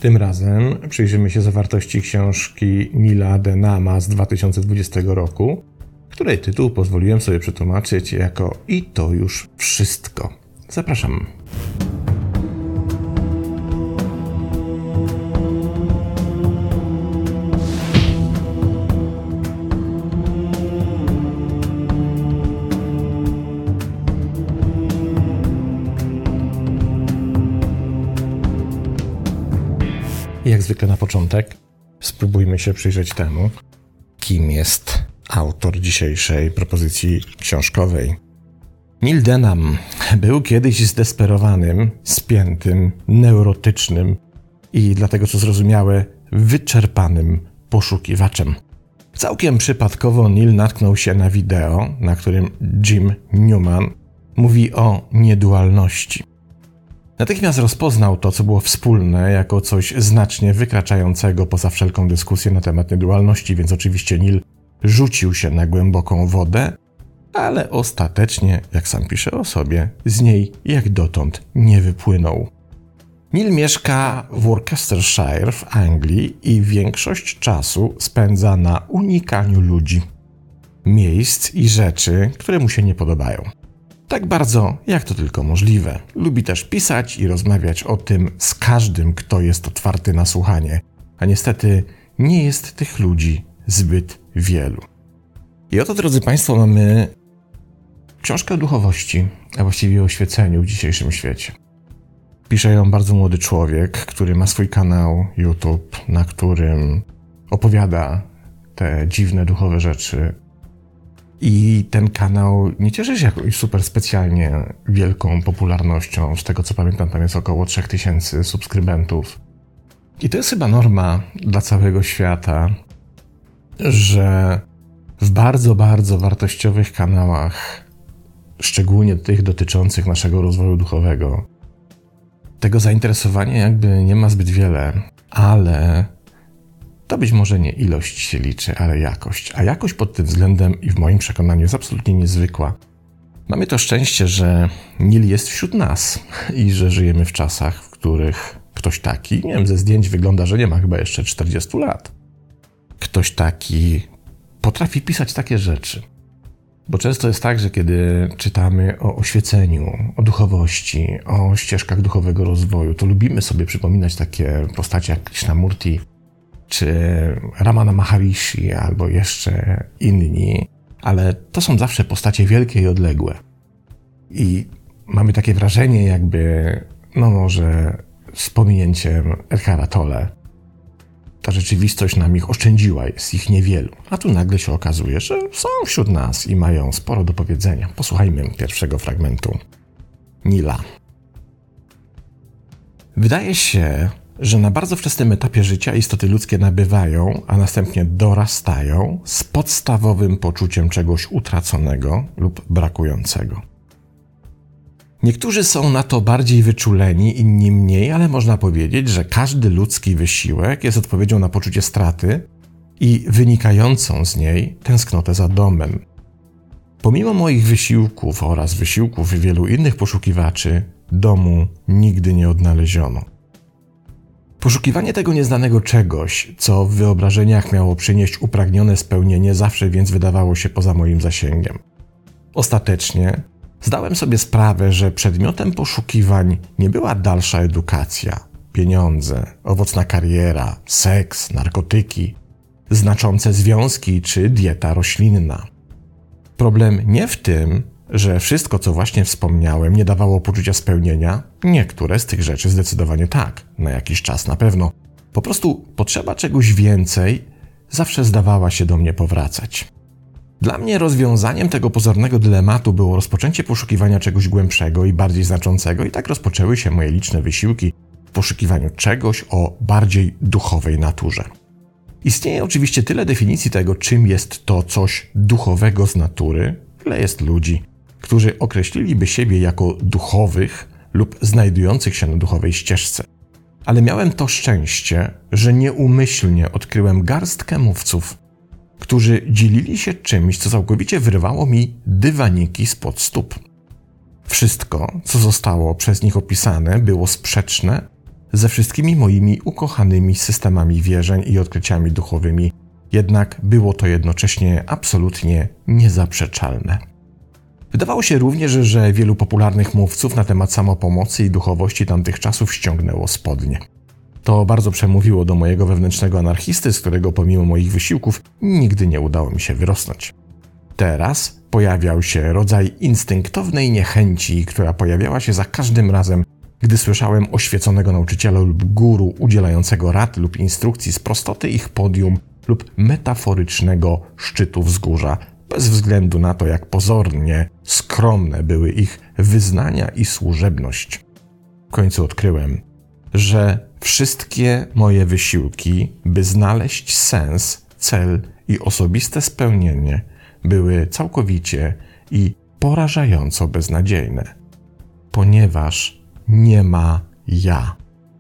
Tym razem przyjrzymy się zawartości książki Neila Denhama z 2020 roku, której tytuł pozwoliłem sobie przetłumaczyć jako "I to już wszystko". Zapraszam. Jak zwykle na początek spróbujmy się przyjrzeć temu, kim jest autor dzisiejszej propozycji książkowej. Neil Denham był kiedyś zdesperowanym, spiętym, neurotycznym i dlatego co zrozumiałe, wyczerpanym poszukiwaczem. Całkiem przypadkowo Neil natknął się na wideo, na którym Jim Newman mówi o niedualności. Natychmiast rozpoznał to, co było wspólne, jako coś znacznie wykraczającego poza wszelką dyskusję na temat niedualności, więc oczywiście Neil rzucił się na głęboką wodę, ale ostatecznie, jak sam pisze o sobie, z niej jak dotąd nie wypłynął. Neil mieszka w Worcestershire w Anglii i większość czasu spędza na unikaniu ludzi, miejsc i rzeczy, które mu się nie podobają. Tak bardzo, jak to tylko możliwe. Lubi też pisać i rozmawiać o tym z każdym, kto jest otwarty na słuchanie, a niestety nie jest tych ludzi zbyt wielu. I oto, drodzy Państwo, mamy książkę o duchowości, a właściwie o oświeceniu w dzisiejszym świecie. Pisze ją bardzo młody człowiek, który ma swój kanał YouTube, na którym opowiada te dziwne, duchowe rzeczy. I ten kanał nie cieszy się jakoś super specjalnie wielką popularnością. Z tego co pamiętam, tam jest około 3000 subskrybentów. I to jest chyba norma dla całego świata, że w bardzo, bardzo wartościowych kanałach, szczególnie tych dotyczących naszego rozwoju duchowego, tego zainteresowania jakby nie ma zbyt wiele, ale to być może nie ilość się liczy, ale jakość. A jakość pod tym względem i w moim przekonaniu jest absolutnie niezwykła. Mamy to szczęście, że Neil jest wśród nas i że żyjemy w czasach, w których ktoś taki, nie wiem, ze zdjęć wygląda, że nie ma chyba jeszcze 40 lat. Ktoś taki potrafi pisać takie rzeczy. Bo często jest tak, że kiedy czytamy o oświeceniu, o duchowości, o ścieżkach duchowego rozwoju, to lubimy sobie przypominać takie postacie jak Krishnamurti, czy Ramana Maharishi, albo jeszcze inni, ale to są zawsze postacie wielkie i odległe. I mamy takie wrażenie, jakby, może z pominięciem Eckhart Tolle, ta rzeczywistość nam ich oszczędziła, jest ich niewielu. A tu nagle się okazuje, że są wśród nas i mają sporo do powiedzenia. Posłuchajmy pierwszego fragmentu Neila. Wydaje się, że na bardzo wczesnym etapie życia istoty ludzkie nabywają, a następnie dorastają z podstawowym poczuciem czegoś utraconego lub brakującego. Niektórzy są na to bardziej wyczuleni, inni mniej, ale można powiedzieć, że każdy ludzki wysiłek jest odpowiedzią na poczucie straty i wynikającą z niej tęsknotę za domem. Pomimo moich wysiłków oraz wysiłków wielu innych poszukiwaczy, domu nigdy nie odnaleziono. Poszukiwanie tego nieznanego czegoś, co w wyobrażeniach miało przynieść upragnione spełnienie, zawsze więc wydawało się poza moim zasięgiem. Ostatecznie zdałem sobie sprawę, że przedmiotem poszukiwań nie była dalsza edukacja, pieniądze, owocna kariera, seks, narkotyki, znaczące związki czy dieta roślinna. Problem nie w tym, że wszystko, co właśnie wspomniałem, nie dawało poczucia spełnienia. Niektóre z tych rzeczy zdecydowanie tak, na jakiś czas na pewno. Po prostu potrzeba czegoś więcej zawsze zdawała się do mnie powracać. Dla mnie rozwiązaniem tego pozornego dylematu było rozpoczęcie poszukiwania czegoś głębszego i bardziej znaczącego i tak rozpoczęły się moje liczne wysiłki w poszukiwaniu czegoś o bardziej duchowej naturze. Istnieje oczywiście tyle definicji tego, czym jest to coś duchowego z natury, ile jest ludzi, którzy określiliby siebie jako duchowych lub znajdujących się na duchowej ścieżce. Ale miałem to szczęście, że nieumyślnie odkryłem garstkę mówców, którzy dzielili się czymś, co całkowicie wyrwało mi dywaniki spod stóp. Wszystko, co zostało przez nich opisane, było sprzeczne ze wszystkimi moimi ukochanymi systemami wierzeń i odkryciami duchowymi, jednak było to jednocześnie absolutnie niezaprzeczalne. Wydawało się również, że wielu popularnych mówców na temat samopomocy i duchowości tamtych czasów ściągnęło spodnie. To bardzo przemówiło do mojego wewnętrznego anarchisty, z którego pomimo moich wysiłków nigdy nie udało mi się wyrosnąć. Teraz pojawiał się rodzaj instynktownej niechęci, która pojawiała się za każdym razem, gdy słyszałem oświeconego nauczyciela lub guru udzielającego rad lub instrukcji z prostoty ich podium lub metaforycznego szczytu wzgórza, bez względu na to, jak pozornie skromne były ich wyznania i służebność. W końcu odkryłem, że wszystkie moje wysiłki, by znaleźć sens, cel i osobiste spełnienie, były całkowicie i porażająco beznadziejne, ponieważ nie ma ja.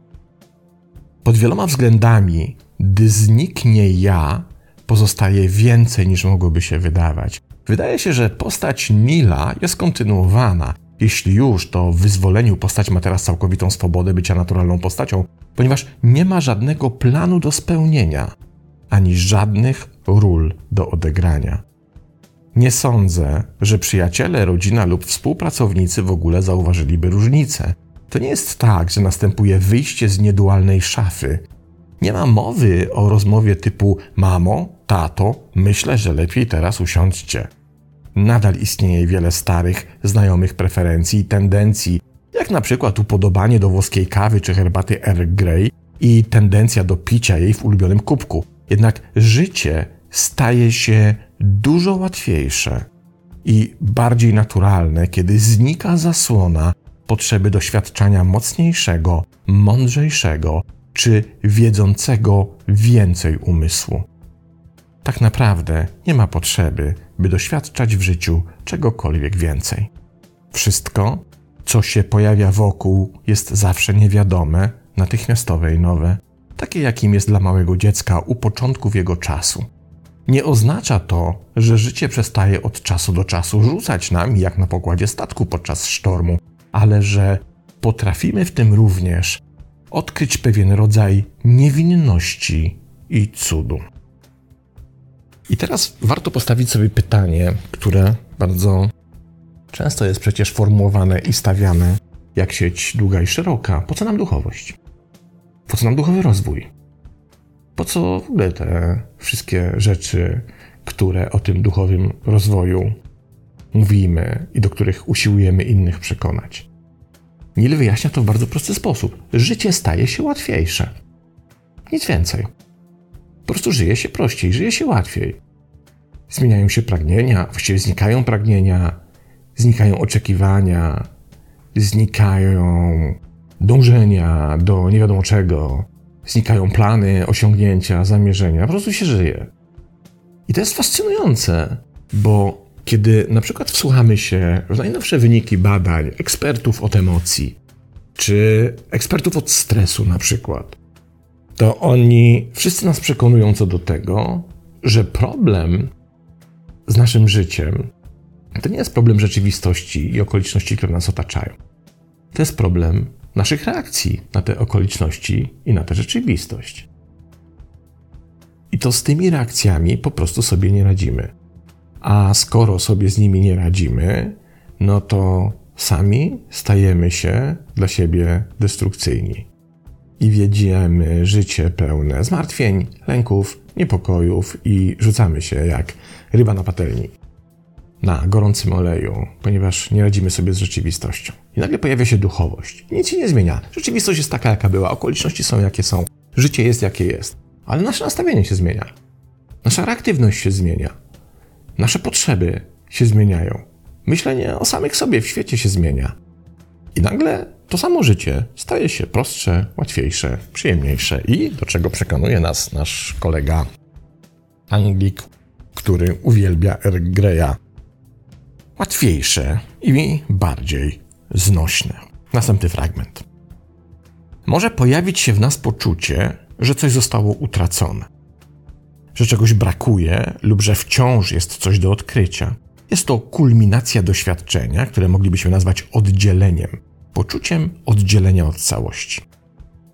Pod wieloma względami, gdy zniknie ja, pozostaje więcej niż mogłoby się wydawać. Wydaje się, że postać Nila jest kontynuowana. Jeśli już, to w Wyzwoleniu postać ma teraz całkowitą swobodę bycia naturalną postacią, ponieważ nie ma żadnego planu do spełnienia, ani żadnych ról do odegrania. Nie sądzę, że przyjaciele, rodzina lub współpracownicy w ogóle zauważyliby różnicę. To nie jest tak, że następuje wyjście z niedualnej szafy. Nie ma mowy o rozmowie typu mamo, tato, myślę, że lepiej teraz usiądźcie. Nadal istnieje wiele starych, znajomych preferencji i tendencji, jak na przykład upodobanie do włoskiej kawy czy herbaty Earl Grey i tendencja do picia jej w ulubionym kubku. Jednak życie staje się dużo łatwiejsze i bardziej naturalne, kiedy znika zasłona potrzeby doświadczania mocniejszego, mądrzejszego czy wiedzącego więcej umysłu. Tak naprawdę nie ma potrzeby, by doświadczać w życiu czegokolwiek więcej. Wszystko, co się pojawia wokół, jest zawsze niewiadome, natychmiastowe i nowe, takie jakim jest dla małego dziecka u początków jego czasu. Nie oznacza to, że życie przestaje od czasu do czasu rzucać nami jak na pokładzie statku podczas sztormu, ale że potrafimy w tym również odkryć pewien rodzaj niewinności i cudu. I teraz warto postawić sobie pytanie, które bardzo często jest przecież formułowane i stawiane jak sieć długa i szeroka. Po co nam duchowość? Po co nam duchowy rozwój? Po co w ogóle te wszystkie rzeczy, które o tym duchowym rozwoju mówimy i do których usiłujemy innych przekonać? Nil wyjaśnia to w bardzo prosty sposób. Życie staje się łatwiejsze. Nic więcej. Po prostu żyje się prościej, żyje się łatwiej. Zmieniają się pragnienia, właściwie znikają pragnienia, znikają oczekiwania, znikają dążenia do nie wiadomo czego, znikają plany, osiągnięcia, zamierzenia, po prostu się żyje. I to jest fascynujące, bo kiedy na przykład wsłuchamy się w najnowsze wyniki badań ekspertów od emocji, czy ekspertów od stresu na przykład, to oni wszyscy nas przekonują co do tego, że problem z naszym życiem to nie jest problem rzeczywistości i okoliczności, które nas otaczają. To jest problem naszych reakcji na te okoliczności i na tę rzeczywistość. I to z tymi reakcjami po prostu sobie nie radzimy. A skoro sobie z nimi nie radzimy, no to sami stajemy się dla siebie destrukcyjni. I wiedziemy życie pełne zmartwień, lęków, niepokojów i rzucamy się jak ryba na patelni, na gorącym oleju, ponieważ nie radzimy sobie z rzeczywistością. I nagle pojawia się duchowość. Nic się nie zmienia. Rzeczywistość jest taka, jaka była, okoliczności są, jakie są, życie jest, jakie jest. Ale nasze nastawienie się zmienia. Nasza reaktywność się zmienia. Nasze potrzeby się zmieniają. Myślenie o samych sobie w świecie się zmienia. I nagle to samo życie staje się prostsze, łatwiejsze, przyjemniejsze i do czego przekonuje nas nasz kolega Anglik, który uwielbia Earl Greya. Łatwiejsze i bardziej znośne. Następny fragment. Może pojawić się w nas poczucie, że coś zostało utracone, że czegoś brakuje lub że wciąż jest coś do odkrycia. Jest to kulminacja doświadczenia, które moglibyśmy nazwać oddzieleniem, poczuciem oddzielenia od całości.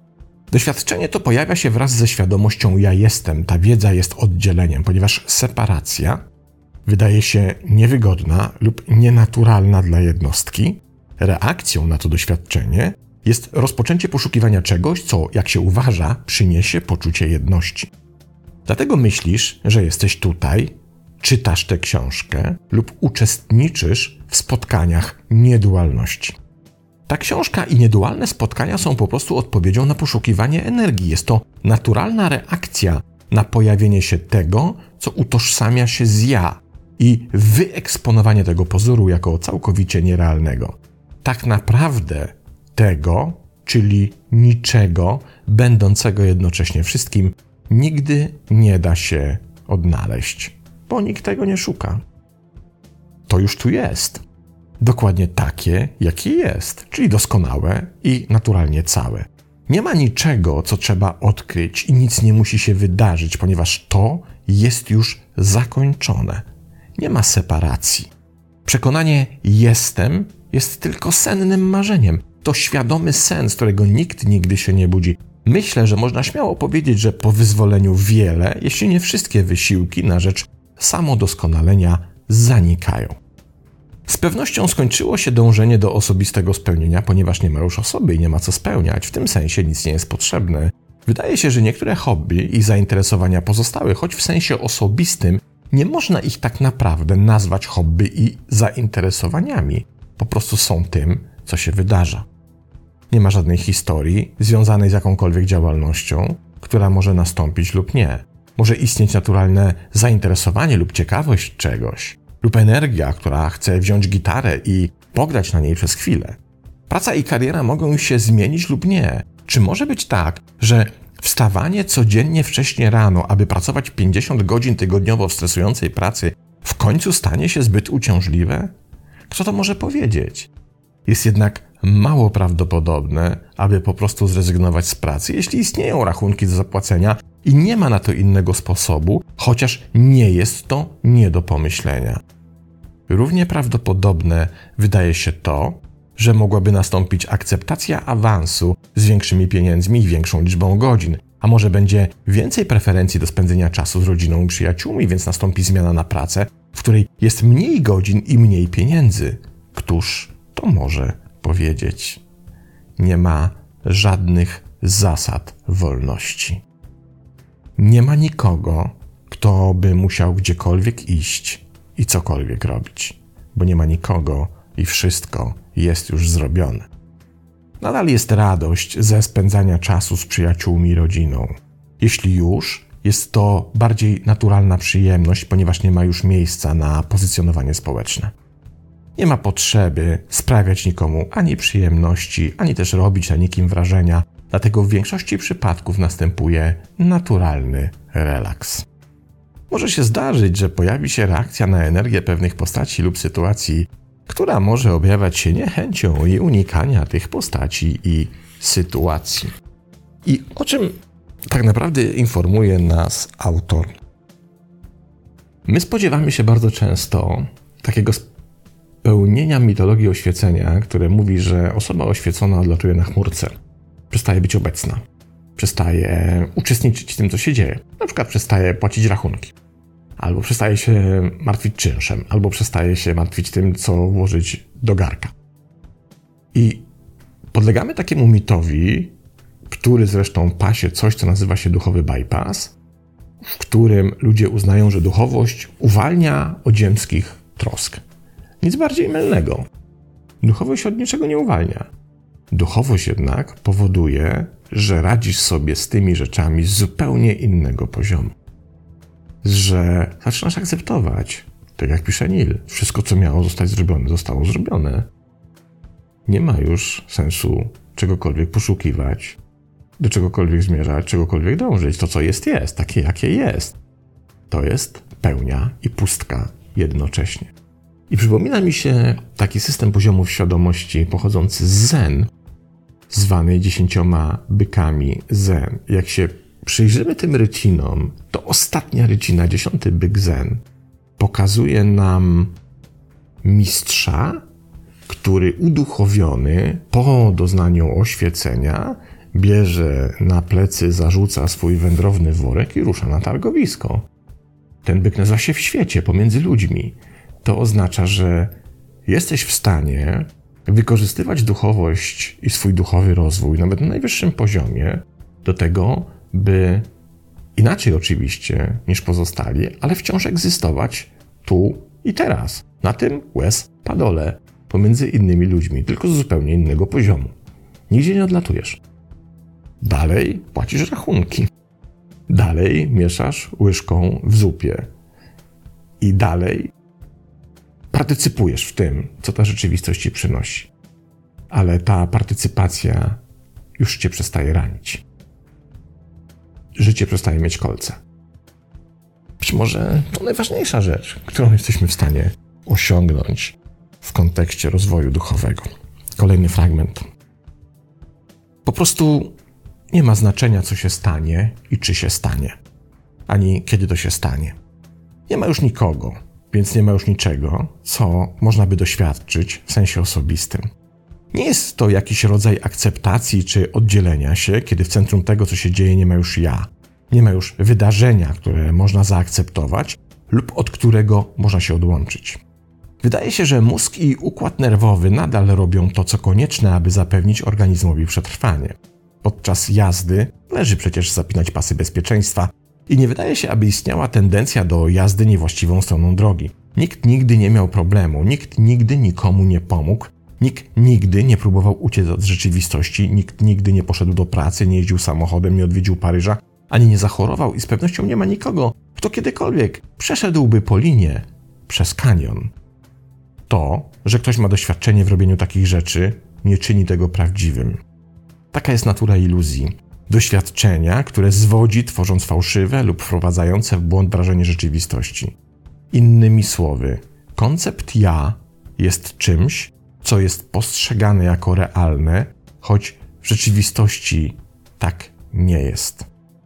Doświadczenie to pojawia się wraz ze świadomością ja jestem. Ta wiedza jest oddzieleniem, ponieważ separacja wydaje się niewygodna lub nienaturalna dla jednostki. Reakcją na to doświadczenie jest rozpoczęcie poszukiwania czegoś, co, jak się uważa, przyniesie poczucie jedności. Dlatego myślisz, że jesteś tutaj, czytasz tę książkę lub uczestniczysz w spotkaniach niedualności. Ta książka i niedualne spotkania są po prostu odpowiedzią na poszukiwanie energii. Jest to naturalna reakcja na pojawienie się tego, co utożsamia się z ja i wyeksponowanie tego pozoru jako całkowicie nierealnego. Tak naprawdę tego, czyli niczego, będącego jednocześnie wszystkim, nigdy nie da się odnaleźć, bo nikt tego nie szuka. To już tu jest. Dokładnie takie, jakie jest, czyli doskonałe i naturalnie całe. Nie ma niczego, co trzeba odkryć i nic nie musi się wydarzyć, ponieważ to jest już zakończone. Nie ma separacji. Przekonanie jestem jest tylko sennym marzeniem. To świadomy sen, z którego nikt nigdy się nie budzi. Myślę, że można śmiało powiedzieć, że po wyzwoleniu wiele, jeśli nie wszystkie wysiłki na rzecz samodoskonalenia zanikają. Z pewnością skończyło się dążenie do osobistego spełnienia, ponieważ nie ma już osoby i nie ma co spełniać. W tym sensie nic nie jest potrzebne. Wydaje się, że niektóre hobby i zainteresowania pozostały, choć w sensie osobistym nie można ich tak naprawdę nazwać hobby i zainteresowaniami. Po prostu są tym, co się wydarza. Nie ma żadnej historii związanej z jakąkolwiek działalnością, która może nastąpić lub nie. Może istnieć naturalne zainteresowanie lub ciekawość czegoś, lub energia, która chce wziąć gitarę i pograć na niej przez chwilę. Praca i kariera mogą się zmienić lub nie. Czy może być tak, że wstawanie codziennie wcześnie rano, aby pracować 50 godzin tygodniowo w stresującej pracy, w końcu stanie się zbyt uciążliwe? Kto to może powiedzieć? Jest jednak mało prawdopodobne, aby po prostu zrezygnować z pracy, jeśli istnieją rachunki do zapłacenia i nie ma na to innego sposobu, chociaż nie jest to nie do pomyślenia. Równie prawdopodobne wydaje się to, że mogłaby nastąpić akceptacja awansu z większymi pieniędzmi i większą liczbą godzin, a może będzie więcej preferencji do spędzenia czasu z rodziną i przyjaciółmi, więc nastąpi zmiana na pracę, w której jest mniej godzin i mniej pieniędzy. Któż to może powiedzieć? Nie ma żadnych zasad wolności. Nie ma nikogo, kto by musiał gdziekolwiek iść i cokolwiek robić, bo nie ma nikogo i wszystko jest już zrobione. Nadal jest radość ze spędzania czasu z przyjaciółmi i rodziną. Jeśli już, jest to bardziej naturalna przyjemność, ponieważ nie ma już miejsca na pozycjonowanie społeczne. Nie ma potrzeby sprawiać nikomu ani przyjemności, ani też robić na nikim wrażenia, dlatego w większości przypadków następuje naturalny relaks. Może się zdarzyć, że pojawi się reakcja na energię pewnych postaci lub sytuacji, która może objawiać się niechęcią i unikania tych postaci i sytuacji. I o czym tak naprawdę informuje nas autor? My spodziewamy się bardzo często takiego spełnienia mitologii oświecenia, które mówi, że osoba oświecona odlatuje na chmurce, przestaje być obecna, przestaje uczestniczyć w tym, co się dzieje. Na przykład przestaje płacić rachunki, albo przestaje się martwić czynszem, albo przestaje się martwić tym, co włożyć do garka. I podlegamy takiemu mitowi, który zresztą pasie coś, co nazywa się duchowy bypass, w którym ludzie uznają, że duchowość uwalnia od ziemskich trosk. Nic bardziej mylnego. Duchowość od niczego nie uwalnia. Duchowość jednak powoduje, że radzisz sobie z tymi rzeczami z zupełnie innego poziomu. Że zaczynasz akceptować, tak jak pisze Neil, wszystko, co miało zostać zrobione, zostało zrobione. Nie ma już sensu czegokolwiek poszukiwać, do czegokolwiek zmierzać, czegokolwiek dążyć. To, co jest, jest. Takie, jakie jest. To jest pełnia i pustka jednocześnie. I przypomina mi się taki system poziomów świadomości pochodzący z Zen, zwany 10 bykami Zen. Jak się przyjrzymy tym rycinom, to ostatnia rycina, 10 byk Zen, pokazuje nam mistrza, który uduchowiony po doznaniu oświecenia bierze na plecy, zarzuca swój wędrowny worek i rusza na targowisko. Ten byk nazywa się w świecie, pomiędzy ludźmi. To oznacza, że jesteś w stanie wykorzystywać duchowość i swój duchowy rozwój, nawet na najwyższym poziomie, do tego, by inaczej oczywiście niż pozostali, ale wciąż egzystować tu i teraz, na tym łez padole, pomiędzy innymi ludźmi, tylko z zupełnie innego poziomu. Nigdzie nie odlatujesz. Dalej płacisz rachunki. Dalej mieszasz łyżką w zupie. I dalej partycypujesz w tym, co ta rzeczywistość ci przynosi. Ale ta partycypacja już cię przestaje ranić. Życie przestaje mieć kolce. Być może to najważniejsza rzecz, którą jesteśmy w stanie osiągnąć w kontekście rozwoju duchowego. Kolejny fragment. Po prostu nie ma znaczenia, co się stanie i czy się stanie, ani kiedy to się stanie. Nie ma już nikogo, więc nie ma już niczego, co można by doświadczyć w sensie osobistym. Nie jest to jakiś rodzaj akceptacji czy oddzielenia się, kiedy w centrum tego, co się dzieje, nie ma już ja. Nie ma już wydarzenia, które można zaakceptować lub od którego można się odłączyć. Wydaje się, że mózg i układ nerwowy nadal robią to, co konieczne, aby zapewnić organizmowi przetrwanie. Podczas jazdy należy przecież zapinać pasy bezpieczeństwa i nie wydaje się, aby istniała tendencja do jazdy niewłaściwą stroną drogi. Nikt nigdy nie miał problemu, nikt nigdy nikomu nie pomógł, nikt nigdy nie próbował uciec od rzeczywistości, nikt nigdy nie poszedł do pracy, nie jeździł samochodem, nie odwiedził Paryża, ani nie zachorował i z pewnością nie ma nikogo, kto kiedykolwiek przeszedłby po linie przez kanion. To, że ktoś ma doświadczenie w robieniu takich rzeczy, nie czyni tego prawdziwym. Taka jest natura iluzji. Doświadczenia, które zwodzi, tworząc fałszywe lub wprowadzające w błąd wrażenie rzeczywistości. Innymi słowy, koncept ja jest czymś, co jest postrzegane jako realne, choć w rzeczywistości tak nie jest.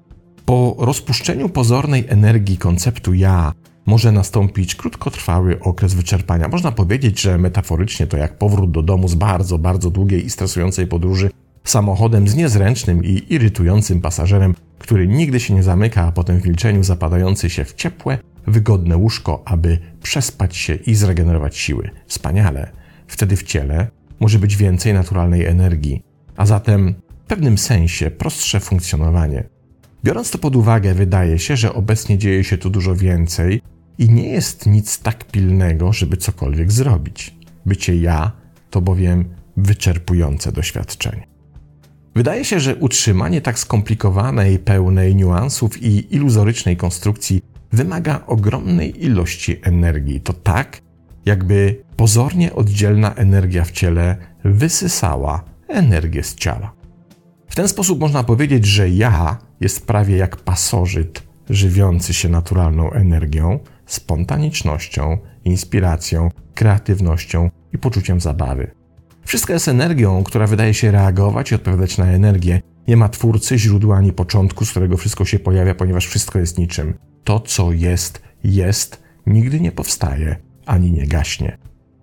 Po rozpuszczeniu pozornej energii konceptu ja może nastąpić krótkotrwały okres wyczerpania. Można powiedzieć, że metaforycznie to jak powrót do domu z bardzo, bardzo długiej i stresującej podróży samochodem z niezręcznym i irytującym pasażerem, który nigdy się nie zamyka, a potem w milczeniu zapadający się w ciepłe, wygodne łóżko, aby przespać się i zregenerować siły. Wspaniale. Wtedy w ciele może być więcej naturalnej energii, a zatem w pewnym sensie prostsze funkcjonowanie. Biorąc to pod uwagę, wydaje się, że obecnie dzieje się tu dużo więcej i nie jest nic tak pilnego, żeby cokolwiek zrobić. Bycie ja to bowiem wyczerpujące doświadczenie. Wydaje się, że utrzymanie tak skomplikowanej, pełnej niuansów i iluzorycznej konstrukcji wymaga ogromnej ilości energii. To tak, jakby pozornie oddzielna energia w ciele wysysała energię z ciała. W ten sposób można powiedzieć, że ja jest prawie jak pasożyt żywiący się naturalną energią, spontanicznością, inspiracją, kreatywnością i poczuciem zabawy. Wszystko jest energią, która wydaje się reagować i odpowiadać na energię. Nie ma twórcy, źródła ani początku, z którego wszystko się pojawia, ponieważ wszystko jest niczym. To, co jest, nigdy nie powstaje, ani nie gaśnie.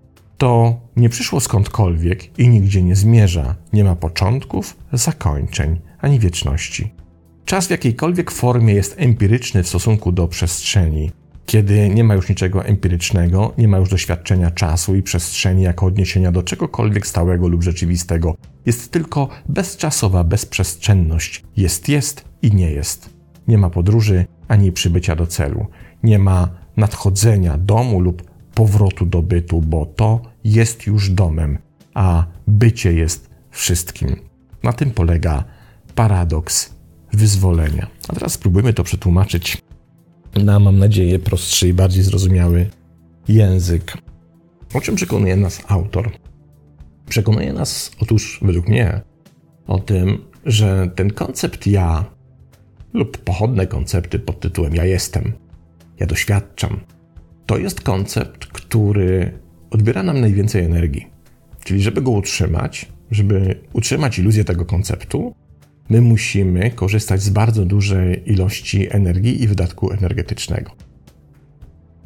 To nie przyszło skądkolwiek i nigdzie nie zmierza. Nie ma początków, zakończeń, ani wieczności. Czas w jakiejkolwiek formie jest empiryczny w stosunku do przestrzeni. Kiedy nie ma już niczego empirycznego, nie ma już doświadczenia czasu i przestrzeni jako odniesienia do czegokolwiek stałego lub rzeczywistego. Jest tylko bezczasowa bezprzestrzenność. Jest i nie jest. Nie ma podróży ani przybycia do celu. Nie ma nadchodzenia domu lub powrotu do bytu, bo to jest już domem, a bycie jest wszystkim. Na tym polega paradoks wyzwolenia. A teraz spróbujmy to przetłumaczyć na, mam nadzieję, prostszy i bardziej zrozumiały język. O czym przekonuje nas autor? Przekonuje nas, otóż według mnie, o tym, że ten koncept ja lub pochodne koncepty pod tytułem ja jestem, ja doświadczam, to jest koncept, który odbiera nam najwięcej energii. Czyli żeby go utrzymać, żeby utrzymać iluzję tego konceptu, my musimy korzystać z bardzo dużej ilości energii i wydatku energetycznego.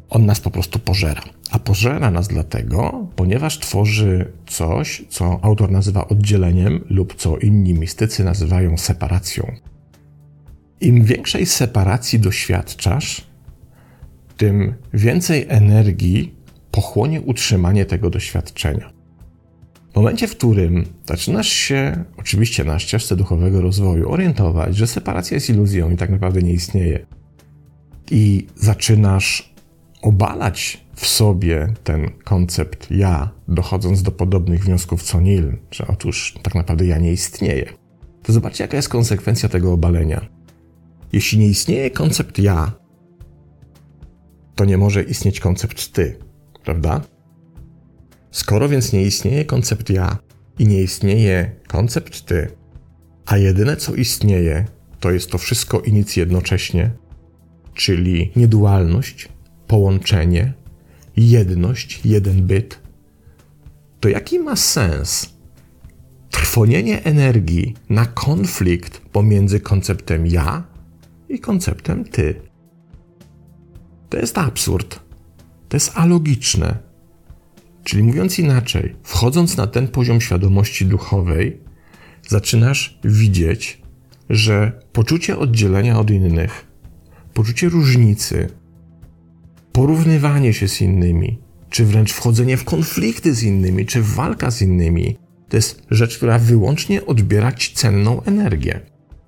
On nas po prostu pożera. A pożera nas dlatego, ponieważ tworzy coś, co autor nazywa oddzieleniem lub co inni mistycy nazywają separacją. Im większej separacji doświadczasz, tym więcej energii pochłonie utrzymanie tego doświadczenia. W momencie, w którym zaczynasz się, oczywiście na ścieżce duchowego rozwoju, orientować, że separacja jest iluzją i tak naprawdę nie istnieje, i zaczynasz obalać w sobie ten koncept ja, dochodząc do podobnych wniosków co Neil, że otóż tak naprawdę ja nie istnieje, to zobaczcie, jaka jest konsekwencja tego obalenia. Jeśli nie istnieje koncept ja, to nie może istnieć koncept ty, prawda? Skoro więc nie istnieje koncept ja i nie istnieje koncept ty, a jedyne co istnieje, to jest to wszystko i nic jednocześnie, czyli niedualność, połączenie, jedność, jeden byt, to jaki ma sens trwonienie energii na konflikt pomiędzy konceptem ja i konceptem ty? To jest absurd. To jest alogiczne. Czyli mówiąc inaczej, wchodząc na ten poziom świadomości duchowej, zaczynasz widzieć, że poczucie oddzielenia od innych, poczucie różnicy, porównywanie się z innymi, czy wręcz wchodzenie w konflikty z innymi, czy walka z innymi, to jest rzecz, która wyłącznie odbiera ci cenną energię.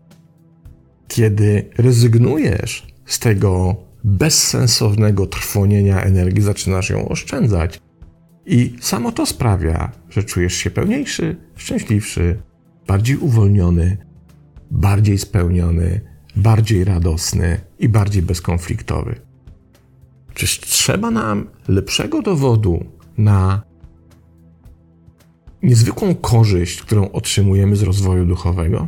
Kiedy rezygnujesz z tego bezsensownego trwonienia energii, zaczynasz ją oszczędzać. I samo to sprawia, że czujesz się pełniejszy, szczęśliwszy, bardziej uwolniony, bardziej spełniony, bardziej radosny i bardziej bezkonfliktowy. Czyż trzeba nam lepszego dowodu na niezwykłą korzyść, którą otrzymujemy z rozwoju duchowego?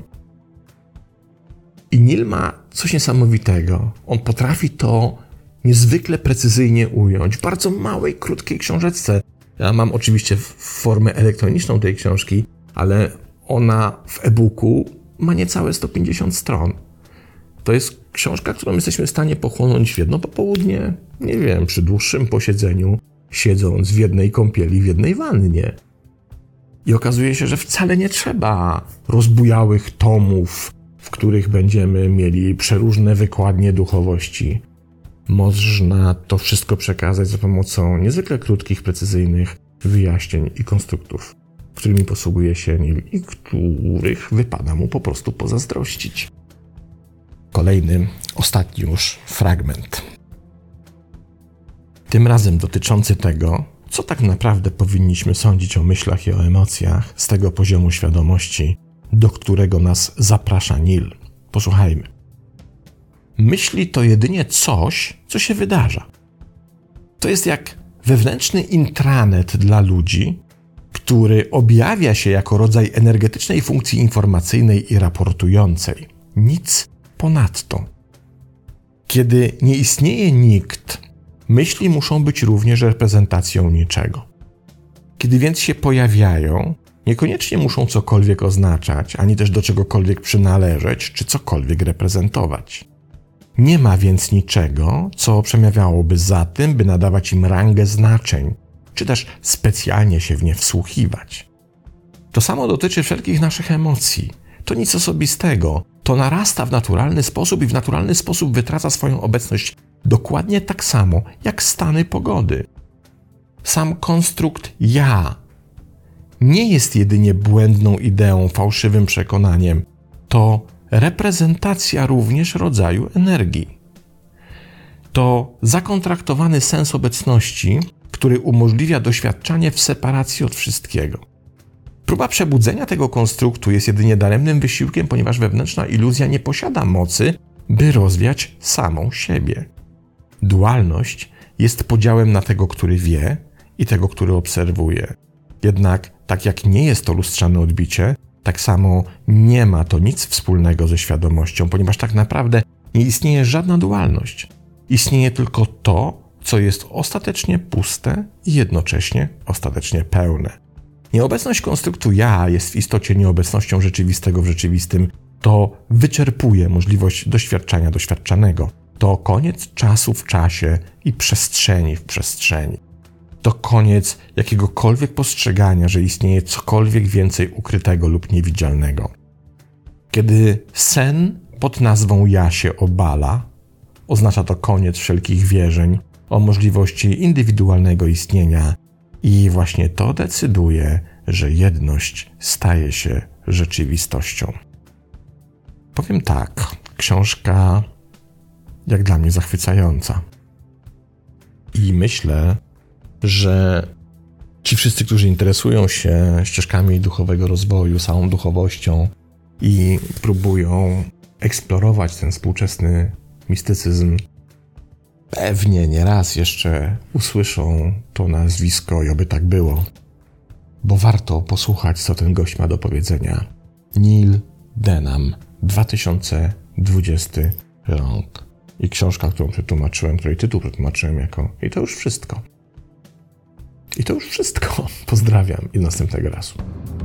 I Neil ma coś niesamowitego. On potrafi to niezwykle precyzyjnie ująć w bardzo małej, krótkiej książeczce. Ja mam oczywiście formę elektroniczną tej książki, ale ona w e-booku ma niecałe 150 stron. To jest książka, którą jesteśmy w stanie pochłonąć w jedno popołudnie, nie wiem, przy dłuższym posiedzeniu, siedząc w jednej kąpieli, w jednej wannie. I okazuje się, że wcale nie trzeba rozbujałych tomów, w których będziemy mieli przeróżne wykładnie duchowości. Można to wszystko przekazać za pomocą niezwykle krótkich, precyzyjnych wyjaśnień i konstruktów, którymi posługuje się Neil i których wypada mu po prostu pozazdrościć. Kolejny, ostatni już fragment. Tym razem dotyczący tego, co tak naprawdę powinniśmy sądzić o myślach i o emocjach z tego poziomu świadomości, do którego nas zaprasza Neil. Posłuchajmy. Myśli to jedynie coś, co się wydarza. To jest jak wewnętrzny intranet dla ludzi, który objawia się jako rodzaj energetycznej funkcji informacyjnej i raportującej. Nic ponadto. Kiedy nie istnieje nikt, myśli muszą być również reprezentacją niczego. Kiedy więc się pojawiają, niekoniecznie muszą cokolwiek oznaczać, ani też do czegokolwiek przynależeć, czy cokolwiek reprezentować. Nie ma więc niczego, co przemawiałoby za tym, by nadawać im rangę znaczeń, czy też specjalnie się w nie wsłuchiwać. To samo dotyczy wszelkich naszych emocji. To nic osobistego. To narasta w naturalny sposób i w naturalny sposób wytraca swoją obecność dokładnie tak samo, jak stany pogody. Sam konstrukt ja nie jest jedynie błędną ideą, fałszywym przekonaniem. To reprezentacja również rodzaju energii. To zakontraktowany sens obecności, który umożliwia doświadczanie w separacji od wszystkiego. Próba przebudzenia tego konstruktu jest jedynie daremnym wysiłkiem, ponieważ wewnętrzna iluzja nie posiada mocy, by rozwiać samą siebie. Dualność jest podziałem na tego, który wie i tego, który obserwuje. Jednak, tak jak nie jest to lustrzane odbicie, tak samo nie ma to nic wspólnego ze świadomością, ponieważ tak naprawdę nie istnieje żadna dualność. Istnieje tylko to, co jest ostatecznie puste i jednocześnie ostatecznie pełne. Nieobecność konstruktu ja jest w istocie nieobecnością rzeczywistego w rzeczywistym. To wyczerpuje możliwość doświadczania doświadczanego. To koniec czasu w czasie i przestrzeni w przestrzeni. To koniec jakiegokolwiek postrzegania, że istnieje cokolwiek więcej ukrytego lub niewidzialnego. Kiedy sen pod nazwą ja się obala, oznacza to koniec wszelkich wierzeń o możliwości indywidualnego istnienia i właśnie to decyduje, że jedność staje się rzeczywistością. Powiem tak, książka jak dla mnie zachwycająca. I myślę, że ci wszyscy, którzy interesują się ścieżkami duchowego rozwoju, samą duchowością i próbują eksplorować ten współczesny mistycyzm, pewnie nieraz jeszcze usłyszą to nazwisko i oby tak było, bo warto posłuchać, co ten gość ma do powiedzenia. Neil Denham, 2020 rok. I książka, której tytuł przetłumaczyłem jako I to już wszystko. I to już wszystko. Pozdrawiam i do następnego razu.